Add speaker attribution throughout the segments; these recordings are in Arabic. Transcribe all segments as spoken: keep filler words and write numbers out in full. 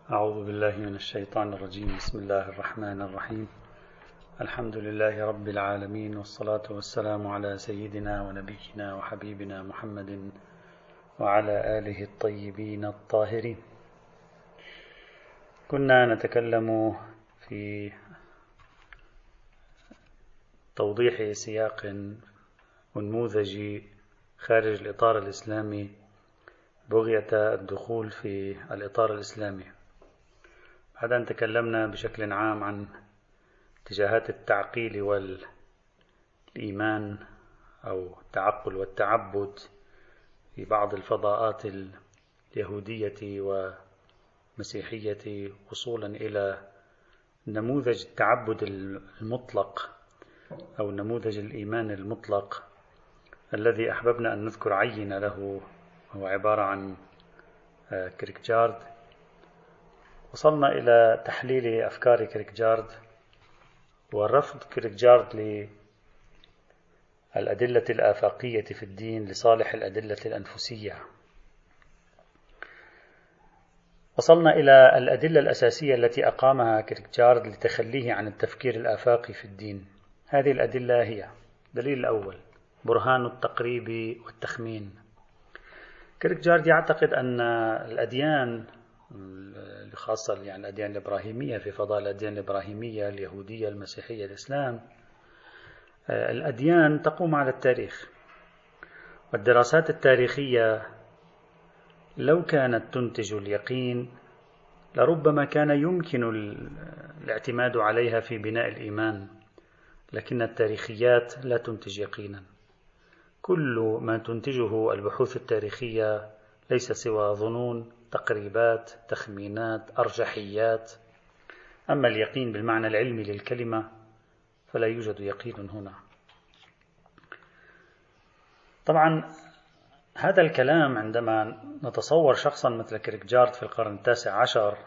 Speaker 1: أعوذ بالله من الشيطان الرجيم. بسم الله الرحمن الرحيم. الحمد لله رب العالمين، والصلاة والسلام على سيدنا ونبينا وحبيبنا محمد وعلى آله الطيبين الطاهرين. كنا نتكلم في توضيح سياق ونموذج خارج الإطار الإسلامي بغية الدخول في الإطار الإسلامي. بعد أن تكلمنا بشكل عام عن اتجاهات التعقيل والإيمان أو التعقل والتعبد في بعض الفضاءات اليهودية ومسيحية، وصولا إلى نموذج التعبد المطلق أو نموذج الإيمان المطلق الذي أحببنا أن نذكر عينة له، هو عبارة عن كيركجارد. وصلنا إلى تحليل أفكار كيركجارد ورفض كيركجارد للأدلة الآفاقية في الدين لصالح الأدلة الأنفسية. وصلنا إلى الأدلة الأساسية التي أقامها كيركجارد لتخليه عن التفكير الآفاقي في الدين. هذه الأدلة هي: دليل الأول برهان التقريب والتخمين. كيركجارد يعتقد أن الأديان خاصة يعني الأديان الإبراهيمية، في فضاء الأديان الإبراهيمية اليهودية المسيحية الإسلام، الأديان تقوم على التاريخ، والدراسات التاريخية لو كانت تنتج اليقين لربما كان يمكن الاعتماد عليها في بناء الإيمان، لكن التاريخيات لا تنتج يقينا. كل ما تنتجه البحوث التاريخية ليس سوى ظنون، تقريبات، تخمينات، أرجحيات. أما اليقين بالمعنى العلمي للكلمة فلا يوجد يقين هنا. طبعا هذا الكلام عندما نتصور شخصا مثل كيركجارد في القرن التاسع عشر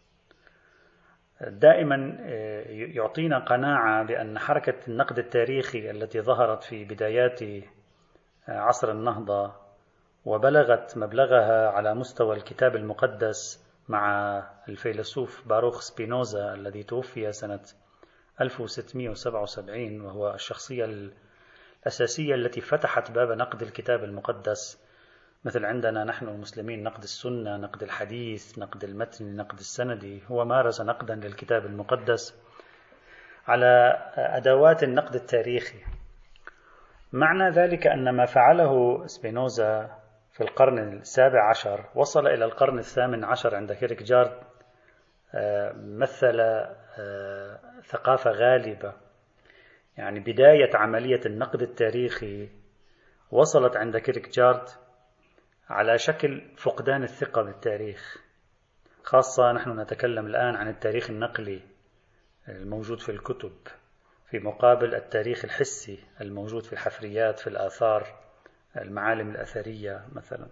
Speaker 1: دائما يعطينا قناعة بأن حركة النقد التاريخي التي ظهرت في بدايات عصر النهضة وبلغت مبلغها على مستوى الكتاب المقدس مع الفيلسوف باروخ سبينوزا الذي توفي سنة ألف وستمئة وسبعة وسبعين، وهو الشخصية الأساسية التي فتحت باب نقد الكتاب المقدس، مثل عندنا نحن المسلمين نقد السنة، نقد الحديث، نقد المتن، نقد السندي. هو مارس نقدا للكتاب المقدس على أدوات النقد التاريخي. معنى ذلك أن ما فعله سبينوزا في القرن السابع عشر وصل إلى القرن الثامن عشر عند كيركجارد، مثل ثقافة غالبة، يعني بداية عملية النقد التاريخي وصلت عند كيركجارد على شكل فقدان الثقة بالتاريخ، خاصة نحن نتكلم الآن عن التاريخ النقلي الموجود في الكتب في مقابل التاريخ الحسي الموجود في الحفريات، في الآثار، المعالم الأثرية مثلا.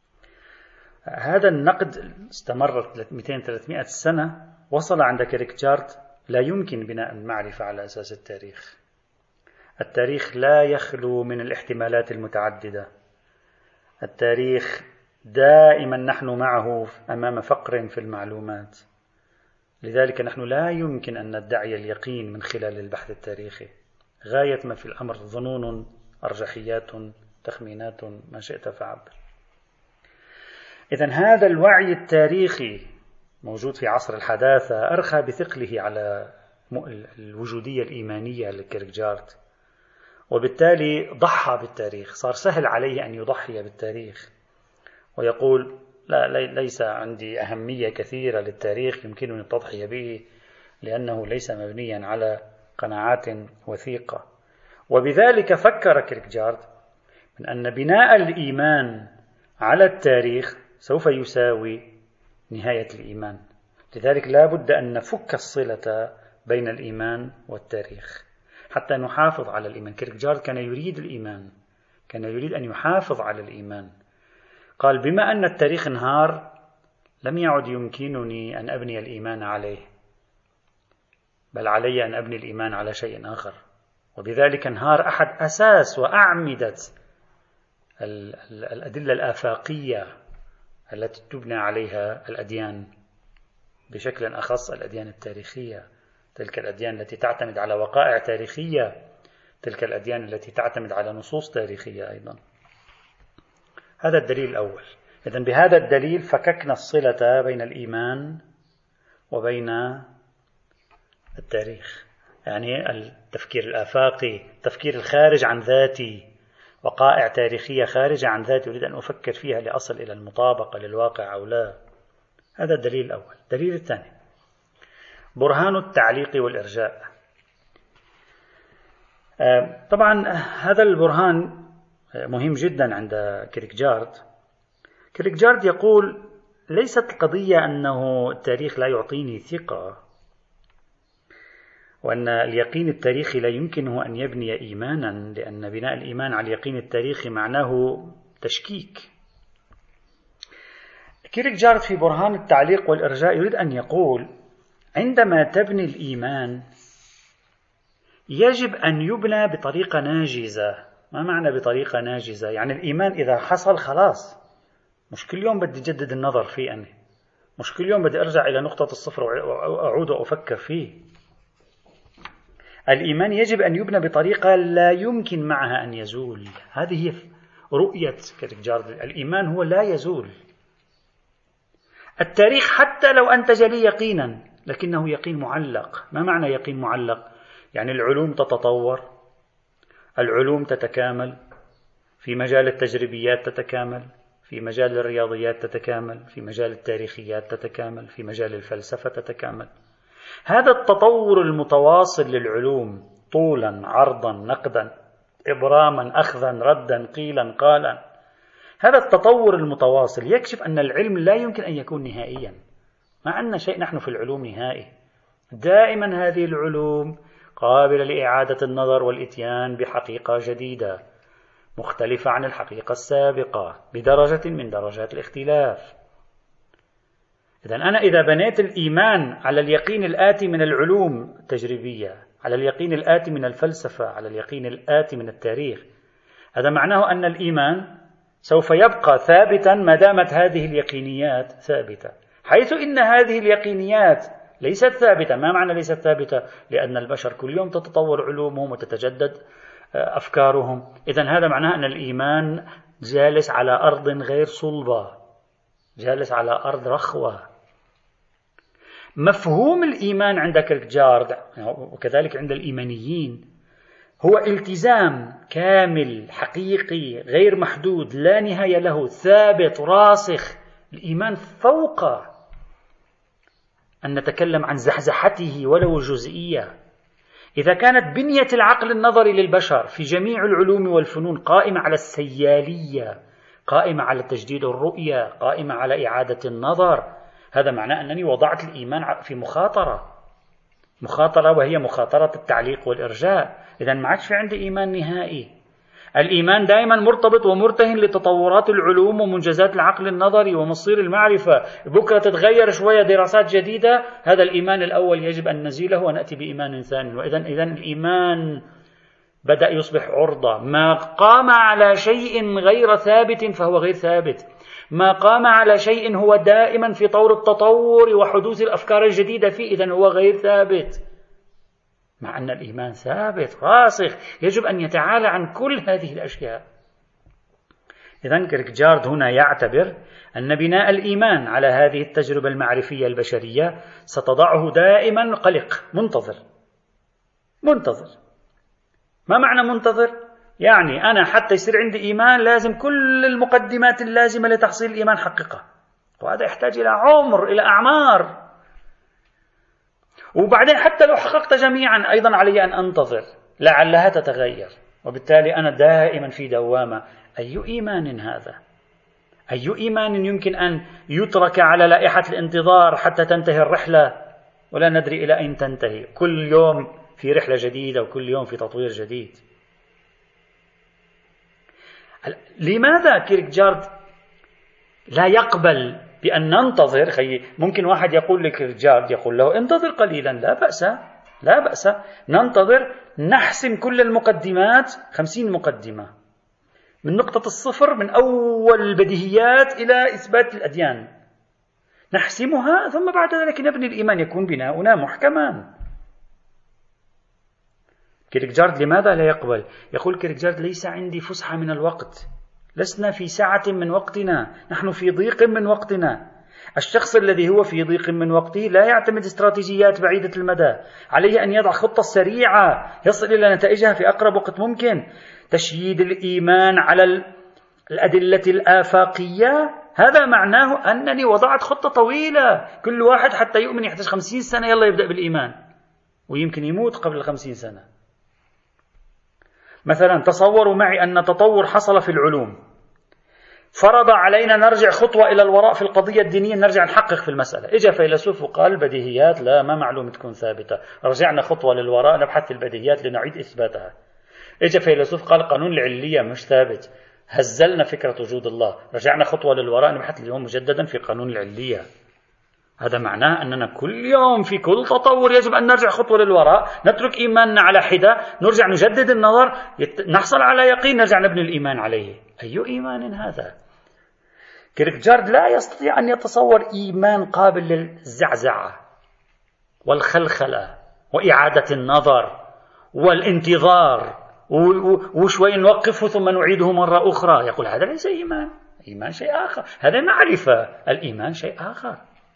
Speaker 1: هذا النقد استمر مئتين ثلاثمئة سنة، وصل عند كيركجارد لا يمكن بناء المعرفة على أساس التاريخ. التاريخ لا يخلو من الاحتمالات المتعددة. التاريخ دائما نحن معه أمام فقر في المعلومات، لذلك نحن لا يمكن أن ندعي اليقين من خلال البحث التاريخي. غاية ما في الأمر ظنون، أرجحيات، تخمينات، ما شئت فعبر. إذن هذا الوعي التاريخي موجود في عصر الحداثة أرخى بثقله على الوجودية الإيمانية لكيركجارد، وبالتالي ضحى بالتاريخ. صار سهل عليه أن يضحي بالتاريخ ويقول لا ليس عندي أهمية كثيرة للتاريخ يمكنني التضحية به لأنه ليس مبنيا على قناعات وثيقة. وبذلك فكر كيركجارد من أن بناء الإيمان على التاريخ سوف يساوي نهاية الإيمان. لذلك لا بد أن نفك الصلة بين الإيمان والتاريخ حتى نحافظ على الإيمان. كيركجارد كان يريد الإيمان، كان يريد أن يحافظ على الإيمان. قال بما أن التاريخ انهار لم يعد يمكنني أن أبني الإيمان عليه، بل علي أن أبني الإيمان على شيء آخر. وبذلك انهار أحد أساس وأعمدة الأدلة الآفاقية التي تبنى عليها الأديان. بشكل أخص الأديان التاريخية، تلك الأديان التي تعتمد على وقائع تاريخية، تلك الأديان التي تعتمد على نصوص تاريخية أيضا. هذا الدليل الأول. إذن بهذا الدليل فككنا الصلة بين الإيمان وبين التاريخ، يعني التفكير الآفاقي، التفكير الخارج عن ذاتي، وقائع تاريخية خارجة عن ذاتي أريد أن أفكر فيها لأصل إلى المطابقة للواقع أو لا. هذا الدليل الأول. الدليل الثاني برهان التعليق والإرجاء. طبعا هذا البرهان مهم جدا عند كيركجارد. كيركجارد يقول ليست القضية أنه التاريخ لا يعطيني ثقة، وأن اليقين التاريخي لا يمكنه أن يبني إيمانا، لأن بناء الإيمان على اليقين التاريخي معناه تشكيك. كيركجارد في برهان التعليق والإرجاء يريد أن يقول عندما تبني الإيمان يجب أن يبنى بطريقة ناجزة. ما معنى بطريقة ناجزة؟ يعني الإيمان إذا حصل خلاص، مش كل يوم بدي جدد النظر فيه، أنا مش كل يوم بدي أرجع إلى نقطة الصفر وأعود وأفكر فيه. الإيمان يجب أن يبنى بطريقة لا يمكن معها أن يزول. هذه هي رؤية كيركجارد. الإيمان هو لا يزول. التاريخ حتى لو أنتج لي يقينا لكنه يقين معلق. ما معنى يقين معلق؟ يعني العلوم تتطور، العلوم تتكامل، في مجال التجريبيات تتكامل، في مجال الرياضيات تتكامل، في مجال التاريخيات تتكامل، في مجال الفلسفة تتكامل. هذا التطور المتواصل للعلوم طولا عرضا نقدا إبراما أخذا ردا قيلا قالا، هذا التطور المتواصل يكشف أن العلم لا يمكن أن يكون نهائيا. ما عندنا شيء نحن في العلوم نهائي. دائما هذه العلوم قابلة لإعادة النظر والإتيان بحقيقة جديدة مختلفة عن الحقيقة السابقة بدرجة من درجات الاختلاف. إذن أنا إذا بنيت الإيمان على اليقين الآتي من العلوم التجريبية، على اليقين الآتي من الفلسفة، على اليقين الآتي من التاريخ، هذا معناه أن الإيمان سوف يبقى ثابتا ما دامت هذه اليقينيات ثابتة، حيث إن هذه اليقينيات ليست ثابتة. ما معنى ليست ثابتة؟ لأن البشر كل يوم تتطور علومهم وتتجدد أفكارهم. إذن هذا معناه أن الإيمان جالس على أرض غير صلبة، جالس على أرض رخوة. مفهوم الإيمان عند كيركجارد وكذلك عند الإيمانيين هو التزام كامل حقيقي غير محدود لا نهاية له، ثابت راسخ. الإيمان فوق أن نتكلم عن زحزحته ولو جزئية. إذا كانت بنية العقل النظري للبشر في جميع العلوم والفنون قائمة على السيالية، قائمة على تجديد الرؤية، قائمة على إعادة النظر، هذا معناه أنني وضعت الإيمان في مخاطرة مخاطرة وهي مخاطرة التعليق والإرجاء. إذن ما عادش في عندي إيمان نهائي. الإيمان دائما مرتبط ومرتهن لتطورات العلوم ومنجزات العقل النظري ومصير المعرفة. بكرة تتغير شوية دراسات جديدة، هذا الإيمان الأول يجب أن نزيله ونأتي بإيمان ثاني. وإذن إذن الإيمان بدأ يصبح عرضة. ما قام على شيء غير ثابت فهو غير ثابت، ما قام على شيء هو دائما في طور التطور وحدوث الأفكار الجديدة فيه، إذن هو غير ثابت. مع أن الإيمان ثابت راسخ يجب أن يتعالى عن كل هذه الأشياء. إذن كيركجارد هنا يعتبر أن بناء الإيمان على هذه التجربة المعرفية البشرية ستضعه دائما قلق، منتظر منتظر. ما معنى منتظر؟ يعني أنا حتى يصير عندي إيمان لازم كل المقدمات اللازمة لتحصيل الإيمان حققها، وهذا يحتاج إلى عمر، إلى أعمار. وبعدين حتى لو حققت جميعا أيضا علي أن أنتظر لعلها تتغير، وبالتالي أنا دائما في دوامة. أي إيمان هذا؟ أي إيمان يمكن أن يترك على لائحة الانتظار حتى تنتهي الرحلة ولا ندري إلى أين تنتهي؟ كل يوم في رحلة جديدة وكل يوم في تطوير جديد. لماذا كيركجارد لا يقبل بأن ننتظر؟ خي ممكن واحد يقول لكيركجارد، يقول له انتظر قليلا، لا بأس لا بأس ننتظر، نحسم كل المقدمات، خمسين مقدمة من نقطة الصفر، من أول البديهيات إلى إثبات الأديان، نحسمها ثم بعد ذلك نبني الإيمان، يكون بناؤنا محكما. كيركجارد لماذا لا يقبل؟ يقول كيركجارد: ليس عندي فسحة من الوقت، لسنا في سعة من وقتنا، نحن في ضيق من وقتنا. الشخص الذي هو في ضيق من وقته لا يعتمد استراتيجيات بعيدة المدى، عليه أن يضع خطة سريعة يصل إلى نتائجها في أقرب وقت ممكن. تشييد الإيمان على الأدلة الآفاقية هذا معناه أنني وضعت خطة طويلة، كل واحد حتى يؤمن يحتاج خمسين سنة يلا يبدأ بالإيمان، ويمكن يموت قبل الخمسين سنة. مثلا تصوروا معي أن تطور حصل في العلوم، فرض علينا نرجع خطوة إلى الوراء في القضية الدينية، نرجع نحقق في المسألة. إجا فيلسوف وقال بديهيات لا، ما معلومة تكون ثابتة، رجعنا خطوة للوراء نبحث في البديهيات لنعيد إثباتها. إجا فيلسوف قال قانون العلية مش ثابت، هزلنا فكرة وجود الله، رجعنا خطوة للوراء نبحث اليوم مجددا في قانون العلية. هذا معناه أننا كل يوم في كل تطور يجب أن نرجع خطوة للوراء، نترك إيماننا على حدة، نرجع نجدد النظر، نحصل على يقين، نرجع نبني الإيمان عليه. أي إيمان هذا؟ كيركجارد لا يستطيع أن يتصور إيمان قابل للزعزعة والخلخلة وإعادة النظر والانتظار وشوي نوقفه ثم نعيده مرة أخرى. يقول هذا ليس إيمان، إيمان شيء آخر، هذا معرفة، الإيمان شيء آخر.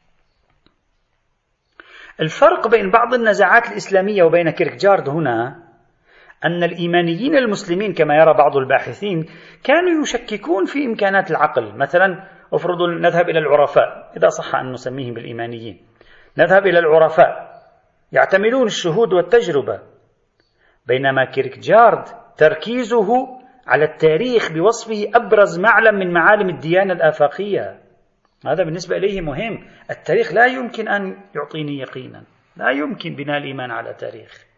Speaker 1: الفرق بين بعض النزاعات الإسلامية وبين كيركجارد هنا أن الإيمانيين المسلمين كما يرى بعض الباحثين كانوا يشككون في إمكانات العقل. مثلا أفرضوا نذهب إلى العرفاء، إذا صح أن نسميهم بالإيمانيين، نذهب إلى العرفاء يعتمدون الشهود والتجربة، بينما كيركجارد تركيزه على التاريخ بوصفه أبرز معلم من معالم الديانة الآفاقية. هذا بالنسبة إليه مهم. التاريخ لا يمكن أن يعطيني يقينا، لا يمكن بناء الإيمان على تاريخ.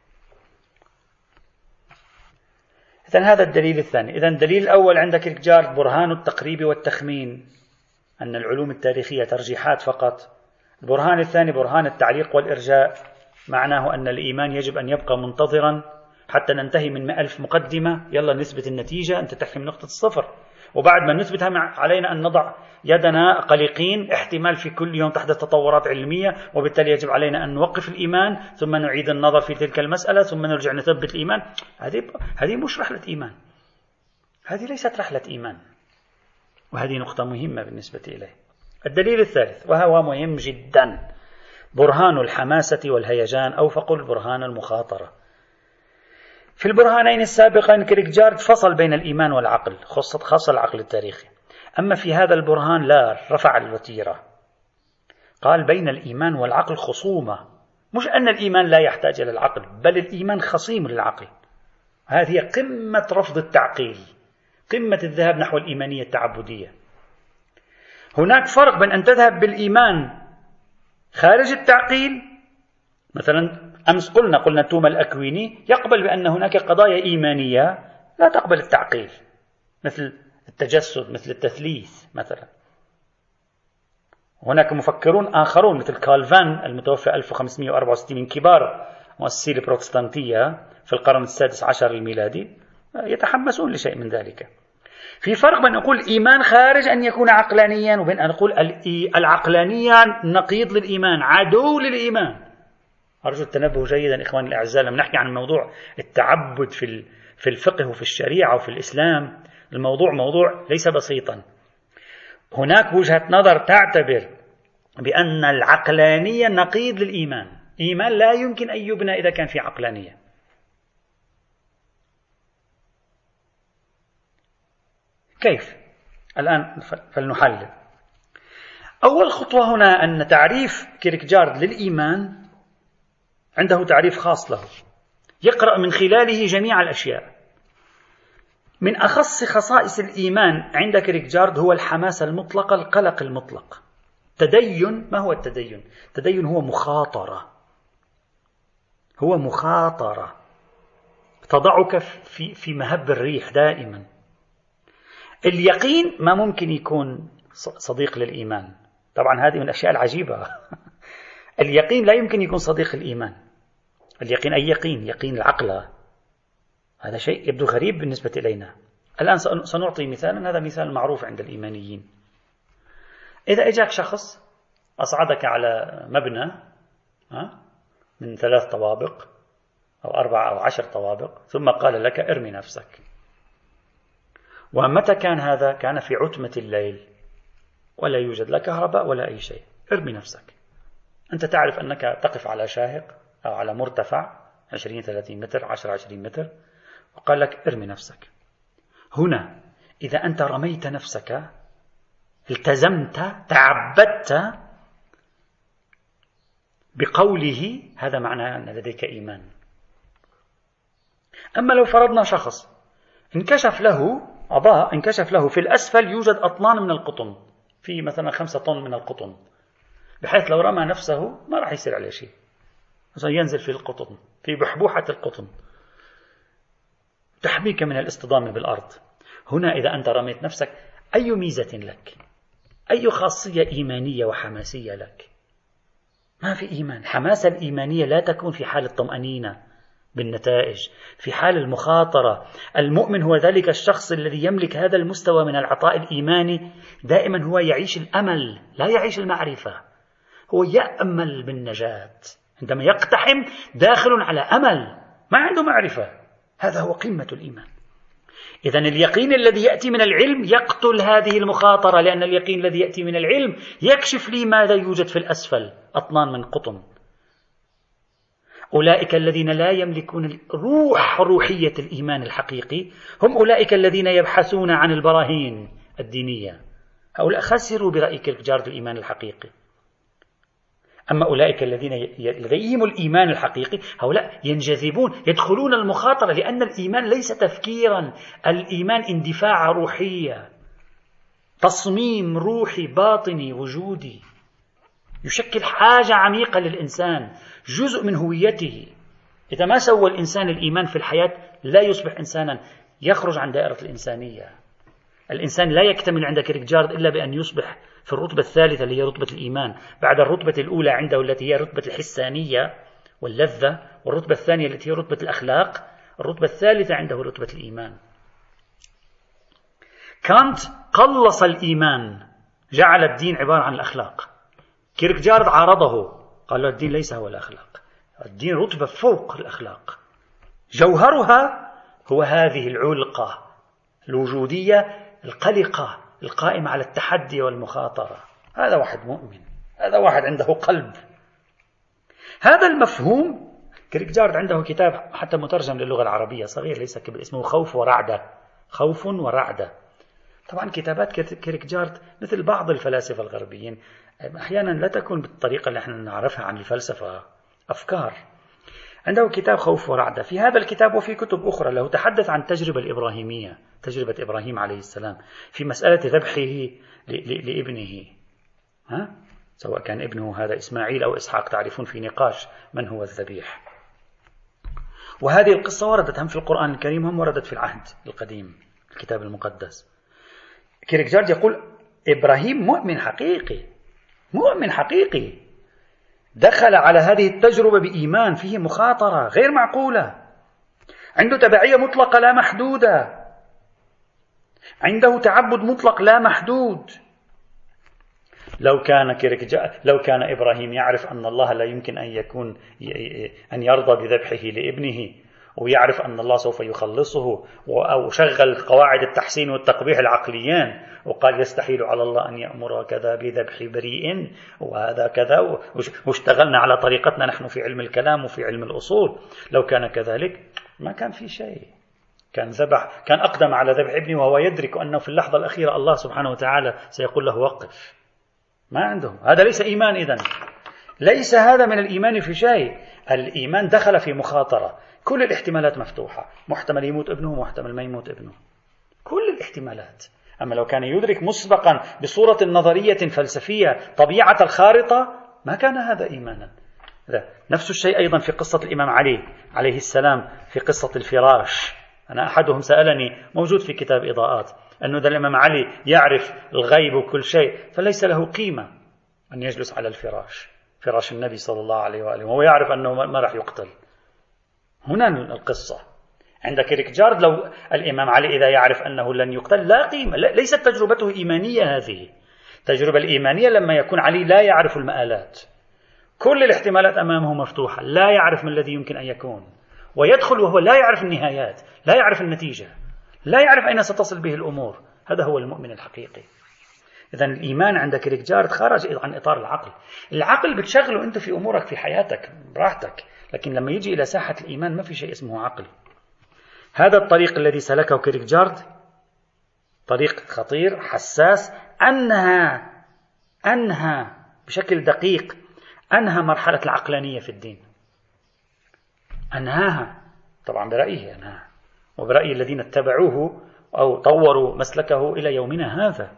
Speaker 1: إذن هذا الدليل الثاني. إذن الدليل الأول عند كيركجارد برهان التقريب والتخمين، أن العلوم التاريخية ترجيحات فقط. البرهان الثاني برهان التعليق والإرجاء، معناه أن الإيمان يجب أن يبقى منتظرا حتى ننتهي من مئة ألف مقدمة، يلا نثبت النتيجة، أنت تحكي من نقطة الصفر، وبعد ما نثبتها علينا أن نضع يدنا قلقين، احتمال في كل يوم تحدث تطورات علمية، وبالتالي يجب علينا أن نوقف الإيمان ثم نعيد النظر في تلك المسألة ثم نرجع نثبت الإيمان. هذه هذه مش رحلة إيمان، هذه ليست رحلة إيمان، وهذه نقطة مهمة بالنسبة إليه. الدليل الثالث وهو مهم جدا، برهان الحماسة والهيجان، أو فقل برهان المخاطرة. في البرهانين السابقين كيركجارد فصل بين الإيمان والعقل، خاصة خاصة العقل التاريخي. أما في هذا البرهان لا، رفع الوتيرة، قال بين الإيمان والعقل خصومة، مش أن الإيمان لا يحتاج إلى العقل، بل الإيمان خصيم للعقل. هذه قمة رفض التعقيل، قمة الذهاب نحو الإيمانية التعبدية. هناك فرق بين أن تذهب بالإيمان خارج التعقيل، مثلا أمس قلنا قلنا توما الأكويني يقبل بأن هناك قضايا إيمانية لا تقبل التعقيل، مثل التجسد، مثل التثليث مثلا. هناك مفكرون آخرون مثل كالفان المتوفى ألف وخمسمئة وأربعة وستين من كبار مؤسسي البروتستانتية في القرن السادس عشر الميلادي يتحمسون لشيء من ذلك. في فرق بين نقول إيمان خارج أن يكون عقلانيا وبين أن نقول العقلانية نقيض للإيمان، عدو للإيمان. أرجو التنبه جيدا إخواني الأعزاء، لما نحكي عن موضوع التعبد في في الفقه وفي الشريعة وفي الإسلام، الموضوع موضوع ليس بسيطا. هناك وجهة نظر تعتبر بأن العقلانية نقيض للإيمان، إيمان لا يمكن أن يبنى إذا كان في عقلانية. كيف؟ الآن فلنحلل. أول خطوة هنا أن تعريف كيركجارد للإيمان عنده تعريف خاص له، يقرأ من خلاله جميع الأشياء. من أخص خصائص الإيمان عند كيركجارد هو الحماسة المطلقة، القلق المطلق. تدين، ما هو التدين؟ التدين هو مخاطرة، هو مخاطرة تضعك في في مهب الريح دائما. اليقين ما ممكن يكون صديق للإيمان، طبعا هذه من الأشياء العجيبة. اليقين لا يمكن يكون صديق الإيمان. اليقين أي يقين؟ يقين العقل. هذا شيء يبدو غريب بالنسبة إلينا. الآن سنعطي مثالا، هذا مثال معروف عند الإيمانيين. إذا إجاك شخص أصعدك على مبنى من ثلاث طوابق أو أربع أو عشر طوابق، ثم قال لك ارمي نفسك. ومتى كان هذا؟ كان في عتمة الليل ولا يوجد لا كهرباء ولا أي شيء. ارمي نفسك. أنت تعرف أنك تقف على شاهق أو على مرتفع عشرين ثلاثين متر، عشرة عشرين متر، وقال لك ارمي نفسك. هنا إذا أنت رميت نفسك التزمت، تعبدت بقوله، هذا معناه أن لديك إيمان. أما لو فرضنا شخص انكشف له عضاء، انكشف له في الأسفل يوجد أطنان من القطن، في مثلا خمسة طن من القطن، بحيث لو رمى نفسه ما راح يصير عليه شيء، مثلا ينزل في القطن، في بحبوحة القطن، تحميك من الاصطدام بالأرض. هنا إذا أنت رميت نفسك، أي ميزة لك؟ أي خاصية إيمانية وحماسية لك؟ ما في إيمان. حماسة الإيمانية لا تكون في حال الطمأنينة بالنتائج، في حال المخاطرة. المؤمن هو ذلك الشخص الذي يملك هذا المستوى من العطاء الإيماني، دائما هو يعيش الأمل لا يعيش المعرفة، هو يأمل بالنجاة. عندما يقتحم داخل على أمل، ما عنده معرفة. هذا هو قمة الإيمان. إذن اليقين الذي يأتي من العلم يقتل هذه المخاطرة، لأن اليقين الذي يأتي من العلم يكشف لي ماذا يوجد في الأسفل، أطنان من قطن. أولئك الذين لا يملكون روح روحية الإيمان الحقيقي هم أولئك الذين يبحثون عن البراهين الدينية. هؤلاء خسروا برأي كيركجارد الإيمان الحقيقي. أما أولئك الذين لديهم الإيمان الحقيقي، هؤلاء ينجذبون، يدخلون المخاطرة، لأن الإيمان ليس تفكيرا، الإيمان اندفاع روحية، تصميم روحي باطني وجودي، يشكل حاجة عميقة للإنسان، جزء من هويته. إذا ما سوى الإنسان الإيمان في الحياة لا يصبح إنسانا، يخرج عن دائرة الإنسانية. الإنسان لا يكتمل عند كيركجارد إلا بأن يصبح في الرتبة الثالثة اللي هي رتبة الإيمان، بعد الرتبة الأولى عنده التي هي رتبة الحسانية واللذة، والرتبة الثانية التي هي رتبة الأخلاق، الرتبة الثالثة عنده رتبة الإيمان. كانت قلص الإيمان، جعل الدين عبارة عن الأخلاق. كيركجارد عارضه، قال له الدين ليس هو الأخلاق، الدين رتبة فوق الأخلاق، جوهرها هو هذه العلقة الوجودية القلقة القائمة على التحدي والمخاطرة. هذا واحد مؤمن، هذا واحد عنده قلب. هذا المفهوم كيركجارد عنده كتاب حتى مترجم للغة العربية صغير ليس كبير، اسمه خوف ورعدة. خوف ورعدة. طبعا كتابات كيركجارد مثل بعض الفلاسفة الغربيين أحيانا لا تكون بالطريقة اللي احنا نعرفها عن الفلسفة، أفكار. عنده كتاب خوف ورعدة. في هذا الكتاب وفي كتب أخرى له تحدث عن التجربة الإبراهيمية، تجربة إبراهيم عليه السلام في مسألة ذبحه لابنه، ها؟ سواء كان ابنه هذا إسماعيل أو إسحاق، تعرفون في نقاش من هو الذبيح. وهذه القصة وردت هم في القرآن الكريم هم وردت في العهد القديم الكتاب المقدس. كيركجارد يقول إبراهيم مؤمن حقيقي، مؤمن حقيقي، دخل على هذه التجربة بإيمان فيه مخاطرة غير معقولة، عنده تبعية مطلقة لا محدودة، عنده تعبد مطلق لا محدود. لو كان كيركجارد لو كان إبراهيم يعرف أن الله لا يمكن أن يكون أن يرضى بذبحه لابنه، ويعرف أن الله سوف يخلصه، أو شغل قواعد التحسين والتقبيح العقليين وقال يستحيل على الله أن يأمر كذا بذبح بريء وهذا كذا، واشتغلنا على طريقتنا نحن في علم الكلام وفي علم الأصول، لو كان كذلك ما كان في شيء، كان ذبح، كان أقدم على ذبح ابنه وهو يدرك أنه في اللحظة الأخيرة الله سبحانه وتعالى سيقول له وقف. ما عندهم هذا، ليس إيمان. إذن ليس هذا من الإيمان في شيء. الإيمان دخل في مخاطرة، كل الاحتمالات مفتوحة، محتمل يموت ابنه محتمل ما يموت ابنه، كل الاحتمالات. أما لو كان يدرك مسبقا بصورة نظرية فلسفية طبيعة الخارطة ما كان هذا إيمانا. نفس الشيء أيضا في قصة الإمام علي عليه السلام في قصة الفراش. أنا أحدهم سألني موجود في كتاب إضاءات أنه ذا الإمام علي يعرف الغيب وكل شيء، فليس له قيمة أن يجلس على الفراش، فراش النبي صلى الله عليه وآله، وهو يعرف أنه ما راح يقتل. هنا القصة عند كيركجارد، لو الإمام علي إذا يعرف أنه لن يقتل لا قيمة، ليست تجربته إيمانية، هذه التجربة الإيمانية لما يكون علي لا يعرف المآلات، كل الاحتمالات أمامه مفتوحة، لا يعرف ما الذي يمكن أن يكون، ويدخل وهو لا يعرف النهايات، لا يعرف النتيجة، لا يعرف أين ستصل به الأمور. هذا هو المؤمن الحقيقي. إذن الإيمان عند كيركجارد خرج عن إطار العقل. العقل بتشغله أنت في أمورك في حياتك براحتك، لكن لما يجي إلى ساحة الإيمان ما في شيء اسمه عقل. هذا الطريق الذي سلكه كيركجارد طريق خطير حساس، أنهى أنهى بشكل دقيق أنهى مرحلة العقلانية في الدين، أنهاها طبعا برأيه، أنهاها وبرأي الذين اتبعوه أو طوروا مسلكه إلى يومنا هذا.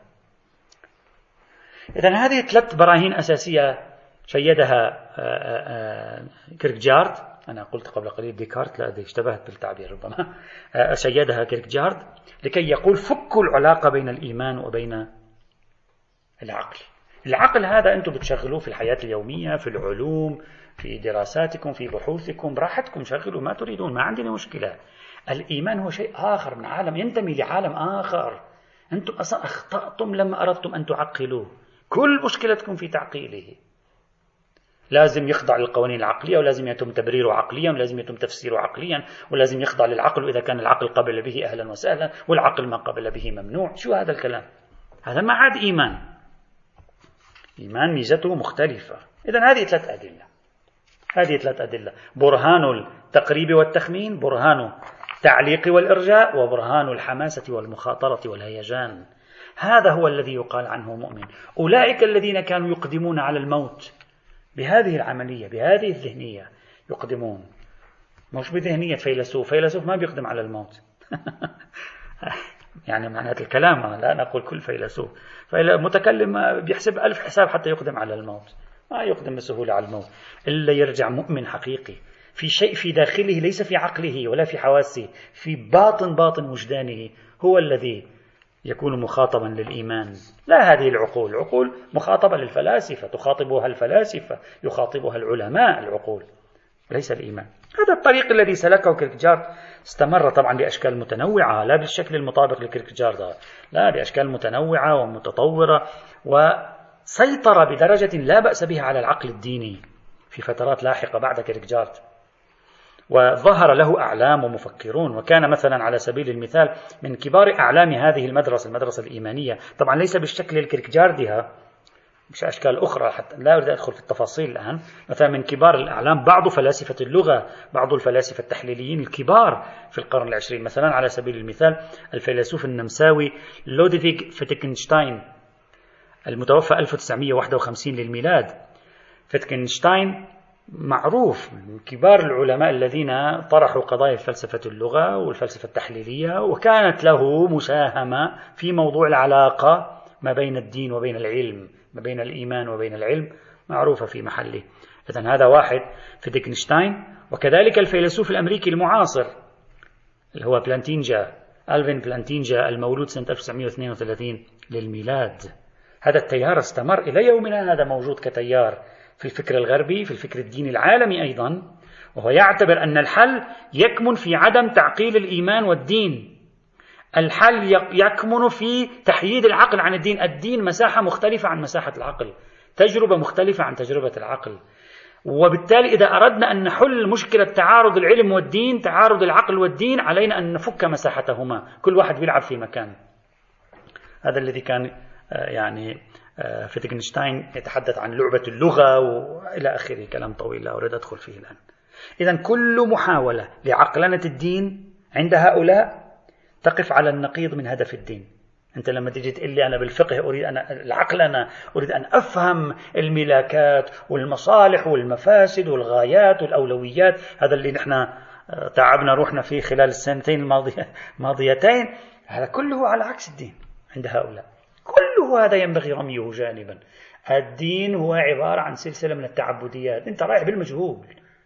Speaker 1: إذن هذه ثلاث براهين أساسية شيدها كيركجارد. أنا قلت قبل قليل ديكارت، لا دي اشتبهت بالتعبير ربما. شيدها كيركجارد لكي يقول فكوا العلاقة بين الإيمان وبين العقل. العقل هذا أنتم بتشغلوه في الحياة اليومية، في العلوم، في دراساتكم، في بحوثكم، براحتكم شغلوا ما تريدون، ما عندنا مشكلة. الإيمان هو شيء آخر، من عالم ينتمي لعالم آخر. أنتم أصلا أخطأتم لما أردتم أن تعقلوه، كل مشكلتكم في تعقيله. لازم يخضع للقوانين العقلية، ولازم يتم تبريره عقليا، ولازم يتم تفسيره عقليا، ولازم يخضع للعقل، وإذا كان العقل قبل به أهلا وسهلا، والعقل ما قبل به ممنوع. شو هذا الكلام؟ هذا ما عاد إيمان. إيمان ميزته مختلفة. إذن هذه ثلاث أدلة، هذه ثلاث أدلة: برهان التقريب والتخمين، برهان التعليق والإرجاء، وبرهان الحماسة والمخاطرة والهيجان. هذا هو الذي يقال عنه مؤمن. أولئك الذين كانوا يقدمون على الموت بهذه العملية، بهذه الذهنية يقدمون، مش بذهنية فيلسوف. فيلسوف ما بيقدم على الموت يعني معنات الكلام، لا نقول كل فيلسوف، متكلم بيحسب ألف حساب حتى يقدم على الموت، ما يقدم بسهولة على الموت إلا يرجع مؤمن حقيقي في شيء في داخله، ليس في عقله ولا في حواسه، في باطن باطن وجدانه، هو الذي يكون مخاطبا للإيمان. لا هذه العقول، عقول مخاطبة للفلاسفة، تخاطبها الفلاسفة، يخاطبها العلماء، العقول ليس الإيمان. هذا الطريق الذي سلكه كيركجارد استمر طبعا بأشكال متنوعة، لا بالشكل المطابق لكيركجارد، لا، بأشكال متنوعة ومتطورة، وسيطر بدرجة لا بأس بها على العقل الديني في فترات لاحقة بعد كيركجارد، وظهر له أعلام ومفكرون. وكان مثلا على سبيل المثال من كبار أعلام هذه المدرسة، المدرسة الإيمانية، طبعا ليس بالشكل الكيركجاردها، مش أشكال أخرى حتى لا أريد أدخل في التفاصيل الآن. مثلا من كبار الأعلام بعض فلاسفة اللغة، بعض الفلاسفة التحليليين الكبار في القرن العشرين، مثلا على سبيل المثال الفيلسوف النمساوي لودفيغ فيتكنشتاين المتوفى ألف وتسعمائة وواحد وخمسين للميلاد. فيتكنشتاين معروف من كبار العلماء الذين طرحوا قضايا فلسفة اللغة والفلسفة التحليلية، وكانت له مساهمة في موضوع العلاقة ما بين الدين وبين العلم، ما بين الإيمان وبين العلم، معروفة في محله. إذن هذا واحد فيتكنشتاين. وكذلك الفيلسوف الأمريكي المعاصر اللي هو بلانتينجا، ألفين بلانتينجا المولود سنة ألف وتسعمائة واثنين وثلاثين للميلاد. هذا التيار استمر إلى يومنا هذا، موجود كتيار في الفكر الغربي، في الفكر الديني العالمي أيضا، وهو يعتبر أن الحل يكمن في عدم تعقيل الإيمان والدين. الحل يكمن في تحييد العقل عن الدين. الدين مساحة مختلفة عن مساحة العقل، تجربة مختلفة عن تجربة العقل، وبالتالي إذا أردنا أن نحل مشكلة تعارض العلم والدين، تعارض العقل والدين، علينا أن نفك مساحتهما، كل واحد بيلعب في مكان. هذا الذي كان يعني فيتكنشتاين يتحدث عن لعبة اللغة وإلى آخره، كلام طويل لا أريد أدخل فيه الآن. إذن كل محاولة لعقلنة الدين عند هؤلاء تقف على النقيض من هدف الدين. أنت لما تجي تقول لي أنا بالفقه أريد أن العقلنة، أريد أن أفهم الملاكات والمصالح والمفاسد والغايات والأولويات، هذا اللي نحن تعبنا روحنا فيه خلال السنتين الماضيتين، هذا كله على عكس الدين عند هؤلاء. كله هذا ينبغي رميه جانبا. الدين هو عبارة عن سلسلة من التعبديات، أنت رايح بالمجهول.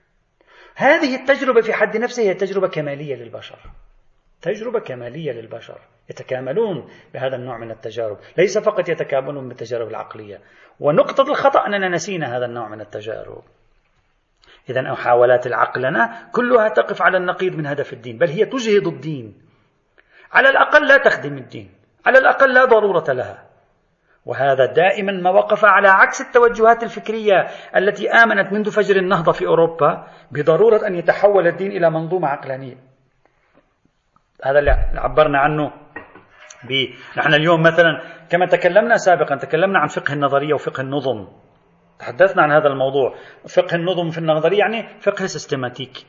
Speaker 1: هذه التجربة في حد نفسها هي تجربة كمالية للبشر، تجربة كمالية للبشر، يتكاملون بهذا النوع من التجارب، ليس فقط يتكاملون بالتجارب العقلية. ونقطة الخطأ أننا نسينا هذا النوع من التجارب. إذن محاولات العقلنة كلها تقف على النقيض من هدف الدين، بل هي تجهض الدين، على الأقل لا تخدم الدين، على الأقل لا ضرورة لها. وهذا دائما ما وقف على عكس التوجهات الفكرية التي آمنت منذ فجر النهضة في أوروبا بضرورة أن يتحول الدين إلى منظومة عقلانية. هذا اللي عبرنا عنه ب... نحن اليوم مثلا كما تكلمنا سابقا، تكلمنا عن فقه النظرية وفقه النظم، تحدثنا عن هذا الموضوع. فقه النظم في النظرية يعني فقه سيستماتيكي،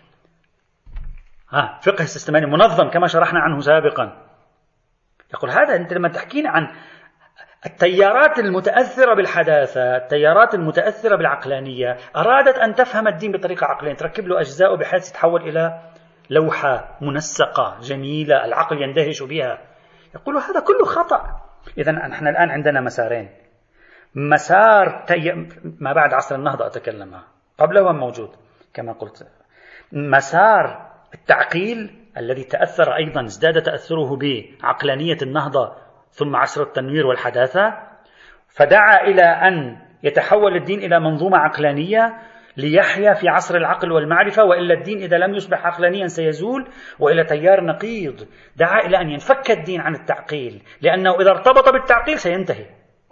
Speaker 1: ها فقه سيستماتيكي منظم كما شرحنا عنه سابقا. يقول هذا أنت لما تحكينا عن التيارات المتأثرة بالحداثة، التيارات المتأثرة بالعقلانية، أرادت أن تفهم الدين بطريقة عقلانية، تركب له أجزاء بحيث يتحول إلى لوحة منسقة جميلة العقل يندهش بها. يقول هذا كله خطأ. إذا نحن الآن عندنا مسارين، مسار تي... ما بعد عصر النهضة أتكلم، قبله موجود كما قلت، مسار التعقيل الذي تأثر أيضا ازداد تأثره بعقلانية النهضة ثم عصر التنوير والحداثة، فدعا إلى أن يتحول الدين إلى منظومة عقلانية ليحيا في عصر العقل والمعرفة، وإلا الدين إذا لم يصبح عقلانيا سيزول، وإلى تيار نقيض دعا إلى أن ينفك الدين عن التعقيل، لأنه إذا ارتبط بالتعقيل سينتهي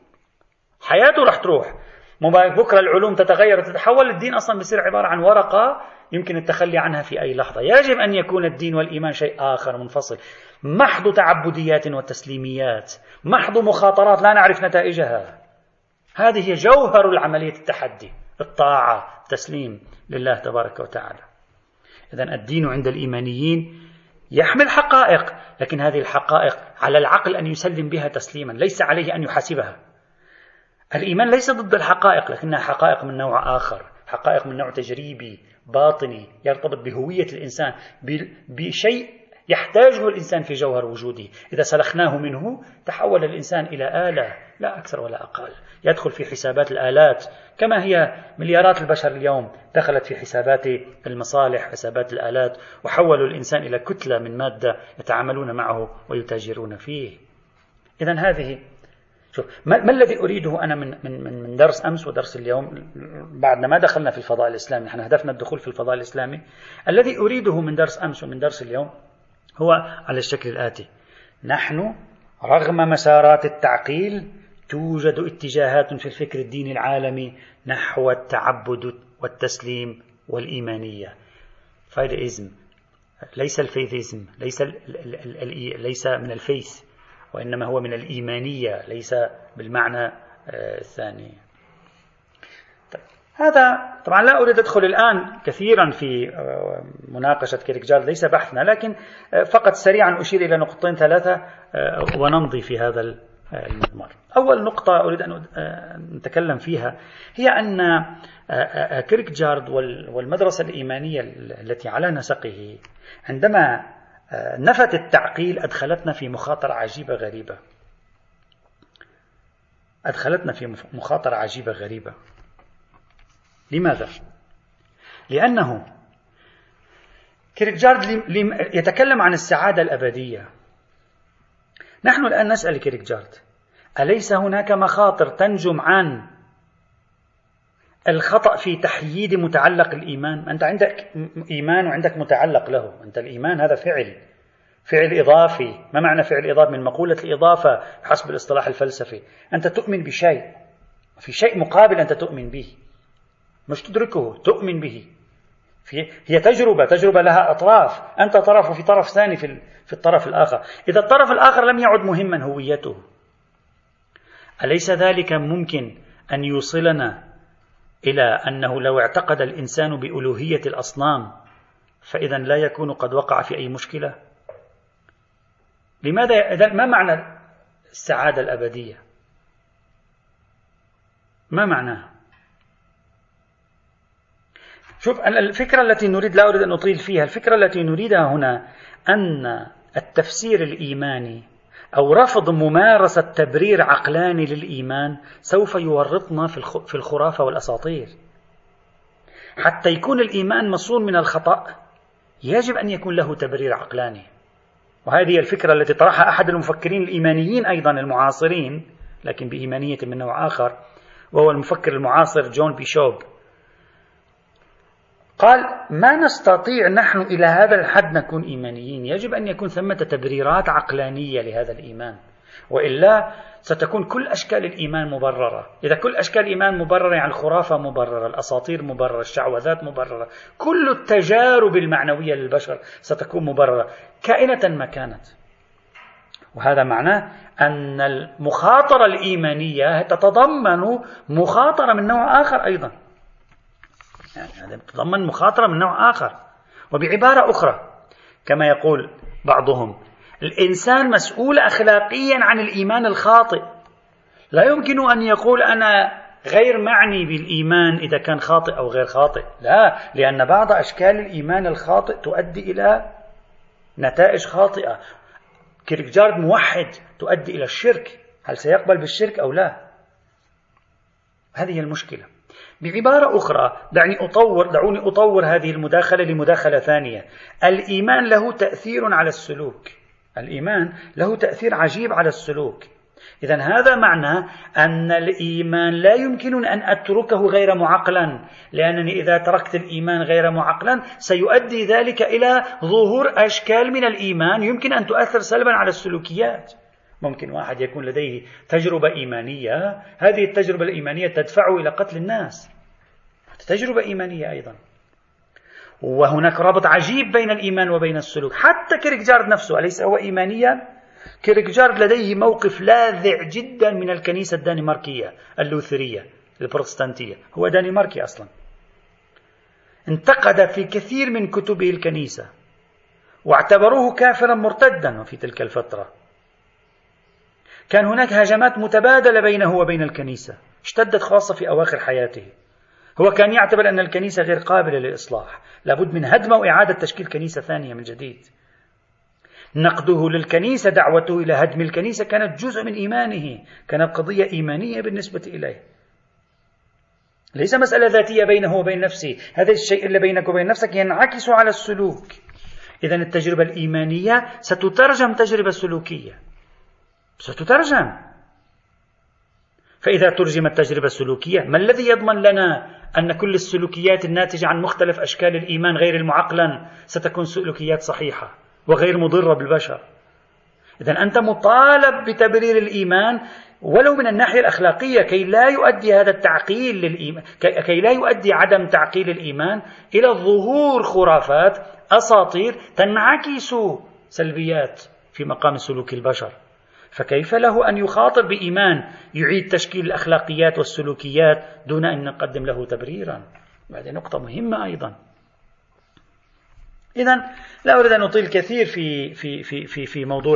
Speaker 1: حياته، رح تروح بكرة العلوم تتغير وتتحول، الدين أصلا بيصير عبارة عن ورقة يمكن التخلي عنها في أي لحظة. يجب أن يكون الدين والإيمان شيء آخر منفصل، محض تعبديات وتسليميات، محض مخاطرات لا نعرف نتائجها. هذه هي جوهر العملية التحدي، الطاعة، التسليم لله تبارك وتعالى. إذن الدين عند الإيمانيين يحمل حقائق، لكن هذه الحقائق على العقل أن يسلم بها تسليما، ليس عليه أن يحاسبها. الإيمان ليس ضد الحقائق، لكنها حقائق من نوع آخر، حقائق من نوع تجريبي باطني يرتبط بهوية الإنسان، بشيء يحتاجه الإنسان في جوهر وجوده. إذا سلخناه منه تحول الإنسان إلى آلة، لا أكثر ولا أقل، يدخل في حسابات الآلات كما هي مليارات البشر اليوم دخلت في حسابات المصالح، حسابات الآلات، وحولوا الإنسان إلى كتلة من مادة يتعاملون معه ويتاجرون فيه. إذن هذه شوف ما, ما الذي أريده أنا من, من, من درس أمس ودرس اليوم، بعدنا ما دخلنا في الفضاء الإسلامي، نحن هدفنا الدخول في الفضاء الإسلامي. الذي أريده من درس أمس ومن درس اليوم هو على الشكل الآتي: نحن رغم مسارات التعقيل توجد اتجاهات في الفكر الديني العالمي نحو التعبد والتسليم والإيمانية. فايدئزم، ليس الفيثيزم، ليس ال ال ال ليس من الفيث، وإنما هو من الإيمانية، ليس بالمعنى الثاني. طيب. هذا طبعا لا أريد أدخل الآن كثيرا في مناقشة كيركجارد، ليس بحثنا، لكن فقط سريعا أشير إلى نقطتين ثلاثة ونمضي في هذا المضمار. أول نقطة أريد أن نتكلم فيها هي أن كيركجارد والمدرسة الإيمانية التي على نسقه عندما نفت التعقيل أدخلتنا في مخاطرة عجيبة غريبة أدخلتنا في مخاطرة عجيبة غريبة. لماذا؟ لأنه كيركجارد يتكلم عن السعادة الأبدية. نحن الآن نسأل كيركجارد: أليس هناك مخاطر تنجم عن الخطأ في تحييد متعلق الإيمان؟ أنت عندك إيمان وعندك متعلق له، أنت الإيمان هذا فعل فعل إضافي. ما معنى فعل إضافي؟ من مقولة الإضافة حسب الاصطلاح الفلسفي، أنت تؤمن بشيء، في شيء مقابل أنت تؤمن به، مش تدركه، تؤمن به. في هي تجربة تجربة لها أطراف، أنت طرف وفي طرف ثاني في في الطرف الآخر. إذا الطرف الآخر لم يعد مهما هويته، أليس ذلك ممكن أن يوصلنا إلى أنه لو اعتقد الإنسان بألوهية الأصنام فإذا لا يكون قد وقع في أي مشكلة؟ لماذا؟ إذن ما معنى السعادة الأبدية؟ ما معناها؟ شوف الفكرة التي نريد، لا أريد أن أطيل فيها، الفكرة التي نريدها هنا أن التفسير الإيماني أو رفض ممارسة تبرير عقلاني للإيمان سوف يورطنا في الخرافة والأساطير. حتى يكون الإيمان مصون من الخطأ يجب أن يكون له تبرير عقلاني، وهذه الفكرة التي طرحها أحد المفكرين الإيمانيين أيضا المعاصرين، لكن بإيمانية من نوع آخر، وهو المفكر المعاصر جون بيشوب. قال: ما نستطيع نحن إلى هذا الحد نكون إيمانيين، يجب أن يكون ثمة تبريرات عقلانية لهذا الإيمان. وإلا ستكون كل أشكال الإيمان مبررة. إذا كل أشكال الإيمان مبررة يعني الخرافة مبررة، الأساطير مبررة، الشعوذات مبررة، كل التجارب المعنوية للبشر ستكون مبررة كائنة ما كانت. وهذا معناه أن المخاطرة الإيمانية تتضمن مخاطرة من نوع آخر أيضا، يعني تتضمن مخاطرة من نوع آخر. وبعبارة أخرى كما يقول بعضهم، الإنسان مسؤول أخلاقيا عن الإيمان الخاطئ. لا يمكن أن يقول أنا غير معني بالإيمان إذا كان خاطئ أو غير خاطئ، لا، لأن بعض أشكال الإيمان الخاطئ تؤدي إلى نتائج خاطئة. كيركجارد موحد، تؤدي إلى الشرك، هل سيقبل بالشرك أو لا؟ هذه المشكلة. بعبارة أخرى، دعني أطور دعوني أطور هذه المداخلة لمداخلة ثانية. الإيمان له تأثير على السلوك، الإيمان له تأثير عجيب على السلوك. إذن هذا معنى أن الإيمان لا يمكن أن أتركه غير معقلا، لأنني إذا تركت الإيمان غير معقلا سيؤدي ذلك إلى ظهور أشكال من الإيمان يمكن أن تؤثر سلبا على السلوكيات. ممكن واحد يكون لديه تجربة إيمانية، هذه التجربة الإيمانية تدفعه إلى قتل الناس، تجربة إيمانية أيضا. وهناك رابط عجيب بين الإيمان وبين السلوك. حتى كيركجارد نفسه أليس هو إيمانيا؟ كيركجارد لديه موقف لاذع جدا من الكنيسة الدنماركية اللوثرية البروتستانتية، هو دنماركي أصلا. انتقد في كثير من كتبه الكنيسة واعتبروه كافرا مرتدا في تلك الفترة. كان هناك هجمات متبادلة بينه وبين الكنيسة، اشتدت خاصة في أواخر حياته. هو كان يعتبر أن الكنيسة غير قابلة للإصلاح، لابد من هدم وإعادة تشكيل كنيسة ثانية من جديد. نقده للكنيسة، دعوته إلى هدم الكنيسة كانت جزء من إيمانه، كانت قضية إيمانية بالنسبة إليه، ليس مسألة ذاتية بينه وبين نفسه. هذا الشيء اللي بينك وبين نفسك ينعكس على السلوك. إذن التجربة الإيمانية ستترجم تجربة سلوكية، ستترجم. فإذا ترجمت التجربة السلوكية، ما الذي يضمن لنا أن كل السلوكيات الناتجة عن مختلف أشكال الإيمان غير المعقلا ستكون سلوكيات صحيحة وغير مضرة بالبشر؟ إذن أنت مطالب بتبرير الإيمان ولو من الناحية الأخلاقية، كي لا يؤدي هذا التعقيل للإيمان، كي لا يؤدي عدم تعقيل الإيمان إلى ظهور خرافات، أساطير تنعكس سلبيات في مقام سلوك البشر. فكيف له أن يخاطر بإيمان يعيد تشكيل الأخلاقيات والسلوكيات دون أن نقدم له تبريرا؟ هذه نقطة مهمة أيضا. إذن لا أريد أن أطيل كثير في في في في في موضوع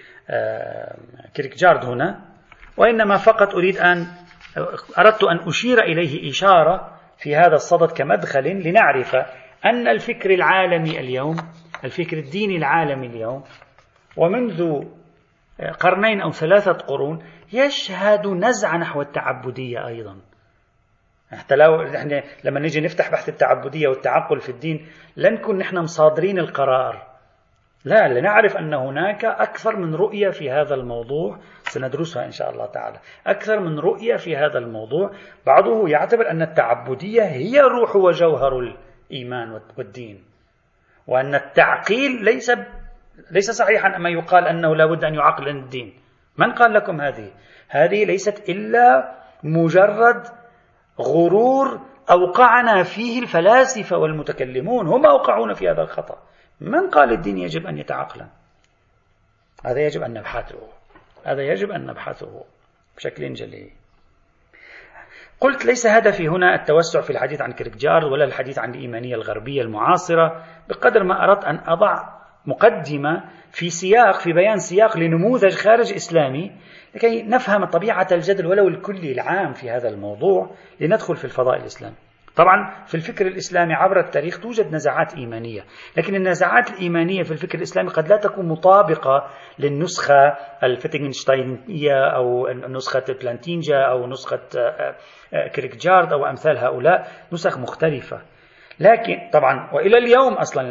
Speaker 1: كيركجارد هنا، وإنما فقط أريد أن أردت أن أشير إليه إشارة في هذا الصدد كمدخل لنعرف أن الفكر العالمي اليوم، الفكر الديني العالمي اليوم ومنذ قرنين أو ثلاثة قرون يشهد نزعة نحو التعبدية أيضا. حتى لو نحن لما نيجي نفتح بحث التعبدية والتعقل في الدين لن نكون نحن مصادرين القرار، لا، لنعرف أن هناك أكثر من رؤية في هذا الموضوع، سندرسها إن شاء الله تعالى. أكثر من رؤية في هذا الموضوع، بعضه يعتبر أن التعبدية هي روح وجوهر الإيمان والدين، وأن التعقيل ليس ليس صحيحا أما يقال أنه لا بد أن يعقل الدين. من قال لكم هذه؟ هذه ليست إلا مجرد غرور أوقعنا فيه الفلاسفة والمتكلمون، هم أوقعون في هذا الخطأ. من قال الدين يجب أن يتعقل؟ هذا يجب أن نبحثه، هذا يجب أن نبحثه بشكل جلي. قلت ليس هدفي هنا التوسع في الحديث عن كيركجارد ولا الحديث عن الإيمانية الغربية المعاصرة، بقدر ما أردت أن أضع مقدمة في سياق في بيان سياق لنموذج خارج إسلامي لكي نفهم طبيعة الجدل ولو الكلي العام في هذا الموضوع لندخل في الفضاء الإسلامي. طبعا في الفكر الإسلامي عبر التاريخ توجد نزاعات إيمانية، لكن النزاعات الإيمانية في الفكر الإسلامي قد لا تكون مطابقة للنسخة الفيتنغشتاينية أو نسخة بلانتينجا أو نسخة كيركجارد أو أمثال هؤلاء، نسخ مختلفة. لكن طبعا وإلى اليوم أصلا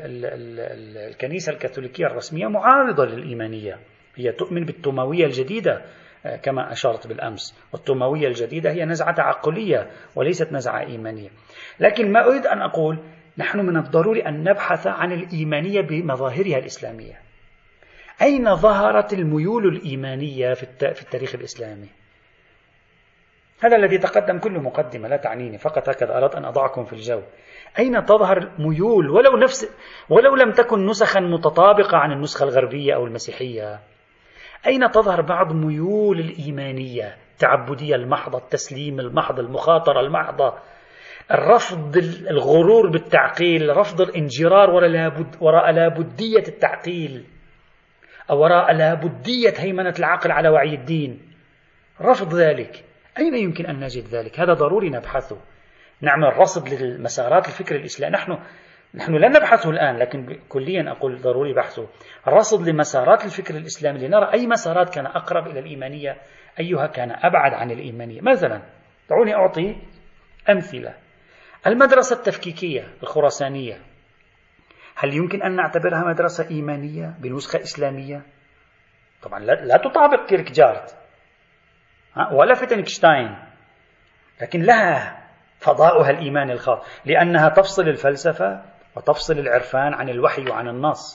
Speaker 1: الكنيسة الكاثوليكية الرسمية معارضة للإيمانية، هي تؤمن بالتوموية الجديدة كما أشرت بالأمس، والتوموية الجديدة هي نزعة تعقلية وليست نزعة إيمانية. لكن ما أريد أن أقول، نحن من الضروري أن نبحث عن الإيمانية بمظاهرها الإسلامية. أين ظهرت الميول الإيمانية في التاريخ الإسلامي؟ هذا الذي تقدم كل مقدمة، لا تعنيني، فقط هكذا أردت أن أضعكم في الجو. أين تظهر ميول ولو نفس ولو لم تكن نسخا متطابقة عن النسخة الغربية أو المسيحية؟ أين تظهر بعض ميول الإيمانية، التعبدية المحضة، التسليم المحض، المخاطرة المحضة، الرفض، الغرور بالتعقيل، رفض الانجرار وراء لابدية التعقيل أو وراء لابدية هيمنة العقل على وعي الدين، رفض ذلك. أين يمكن أن نجد ذلك؟ هذا ضروري نبحثه، نعمل رصد للمسارات الفكر الإسلامي. نحن نحن لا نبحثه الآن، لكن كليا أقول ضروري بحثه، رصد لمسارات الفكر الإسلامي لنرى أي مسارات كان أقرب إلى الإيمانية، أيها كان أبعد عن الإيمانية. مثلا دعوني أعطي أمثلة. المدرسة التفكيكية الخراسانية، هل يمكن أن نعتبرها مدرسة إيمانية بنسخة إسلامية؟ طبعا لا تطابق كيركجارد ولا فيتنكشتاين، لكن لها فضاؤها الإيماني الخاص، لأنها تفصل الفلسفة وتفصل العرفان عن الوحي وعن النص.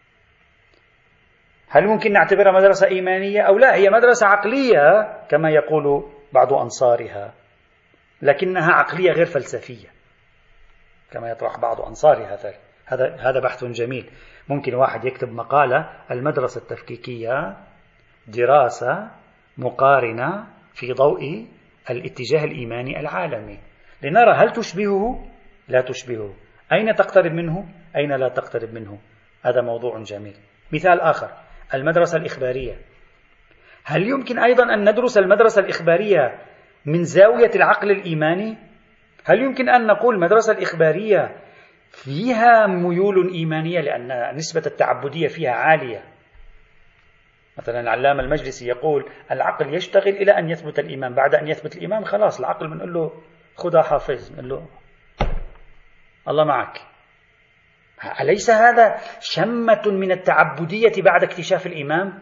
Speaker 1: هل ممكن نعتبرها مدرسة إيمانية أو لا؟ هي مدرسة عقلية كما يقول بعض أنصارها، لكنها عقلية غير فلسفية كما يطرح بعض أنصارها. هذا هذا بحث جميل، ممكن واحد يكتب مقالة: المدرسة التفكيكية دراسة مقارنة في ضوء الاتجاه الإيماني العالمي، لنرى هل تشبهه لا تشبهه، أين تقترب منه أين لا تقترب منه. هذا موضوع جميل. مثال آخر: المدرسة الإخبارية. هل يمكن أيضا أن ندرس المدرسة الإخبارية من زاوية العقل الإيماني؟ هل يمكن أن نقول المدرسة الإخبارية فيها ميول إيمانية لأن نسبة التعبدية فيها عالية؟ مثلا العلامة المجلسي يقول العقل يشتغل إلى أن يثبت الإيمان، بعد أن يثبت الإيمان خلاص العقل بنقول له خذها حافظ، بنقول له الله معك. أليس هذا شمة من التعبدية بعد اكتشاف الإيمان؟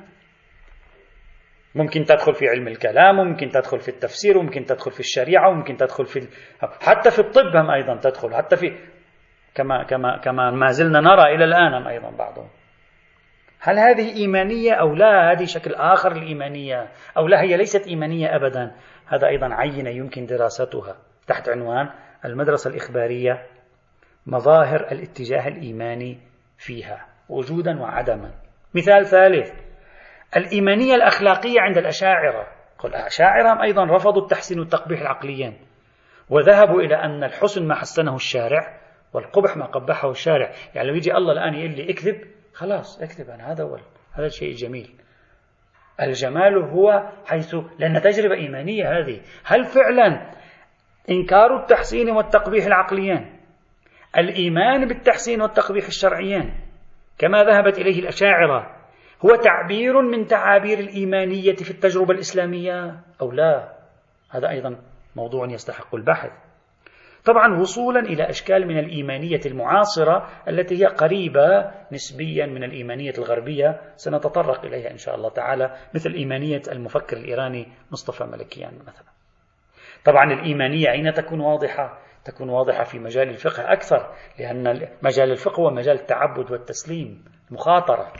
Speaker 1: ممكن تدخل في علم الكلام، وممكن تدخل في التفسير، وممكن تدخل في الشريعة، وممكن تدخل في حتى في الطب هم أيضا تدخل، حتى في كما كما كما ما زلنا نرى إلى الآن هم أيضا بعضهم. هل هذه إيمانية أو لا؟ هذه شكل آخر الإيمانية أو لا هي ليست إيمانية أبدا؟ هذا أيضا عينة يمكن دراستها تحت عنوان المدرسة الإخبارية، مظاهر الاتجاه الإيماني فيها وجودا وعدما. مثال ثالث: الإيمانية الأخلاقية عند الأشاعرة. الأشاعرة أيضا رفضوا التحسين والتقبيح العقليين، وذهبوا إلى أن الحسن ما حسنه الشارع والقبح ما قبحه الشارع. يعني لو يجي الله الآن يقول لي اكذب، خلاص اكذب أنا، هذا هو هذا الشيء الجميل. الجمال هو حيث لأن تجربة إيمانية هذه. هل فعلا إنكار التحسين والتقبيح العقليين، الإيمان بالتحسين والتقبيح الشرعيين كما ذهبت إليه الأشاعرة، هو تعبير من تعابير الإيمانية في التجربة الإسلامية أو لا؟ هذا أيضا موضوع يستحق البحث. طبعا وصولا إلى أشكال من الإيمانية المعاصرة التي هي قريبة نسبيا من الإيمانية الغربية، سنتطرق إليها إن شاء الله تعالى، مثل إيمانية المفكر الإيراني مصطفى ملكيان مثلا. طبعا الإيمانية أين تكون واضحة؟ تكون واضحة في مجال الفقه أكثر، لأن مجال الفقه هو مجال التعبد والتسليم، مخاطرة،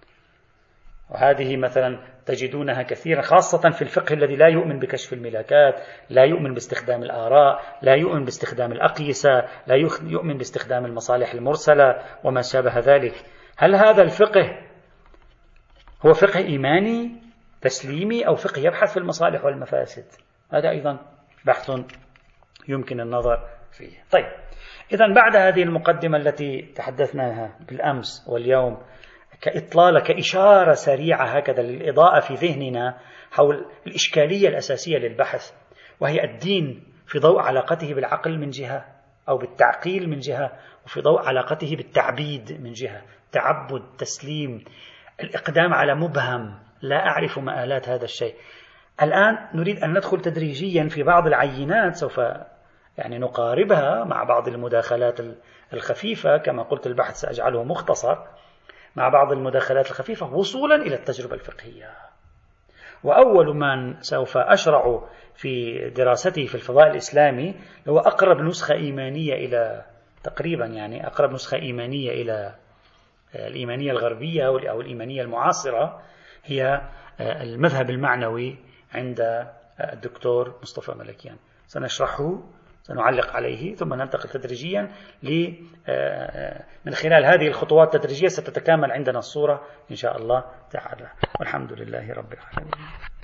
Speaker 1: وهذه مثلا تجدونها كثيرا خاصة في الفقه الذي لا يؤمن بكشف الملاكات، لا يؤمن باستخدام الآراء، لا يؤمن باستخدام الأقيسة، لا يؤمن باستخدام المصالح المرسلة وما شابه ذلك. هل هذا الفقه هو فقه إيماني تسليمي أو فقه يبحث في المصالح والمفاسد؟ هذا أيضا بحث يمكن النظر فيه. طيب، إذن بعد هذه المقدمة التي تحدثناها بالأمس واليوم كإطلالة كإشارة سريعة هكذا للإضاءة في ذهننا حول الإشكالية الأساسية للبحث، وهي الدين في ضوء علاقته بالعقل من جهة أو بالتعقيل من جهة، وفي ضوء علاقته بالتعبيد من جهة، تعبد، تسليم، الإقدام على مبهم لا أعرف مآلات هذا الشيء. الآن نريد أن ندخل تدريجيا في بعض العينات سوف يعني نقاربها مع بعض المداخلات الخفيفة، كما قلت البحث سأجعله مختصر مع بعض المداخلات الخفيفة وصولا إلى التجربة الفقهية. وأول من سوف أشرع في دراسته في الفضاء الإسلامي هو أقرب نسخة إيمانية إلى تقريبا يعني أقرب نسخة إيمانية إلى الإيمانية الغربية أو الإيمانية المعاصرة هي المذهب المعنوي عند الدكتور مصطفى ملكيان. سنشرحه، سنعلق عليه، ثم ننتقل تدريجيا من خلال هذه الخطوات التدريجية ستتكامل عندنا الصورة إن شاء الله تعالى، والحمد لله رب العالمين.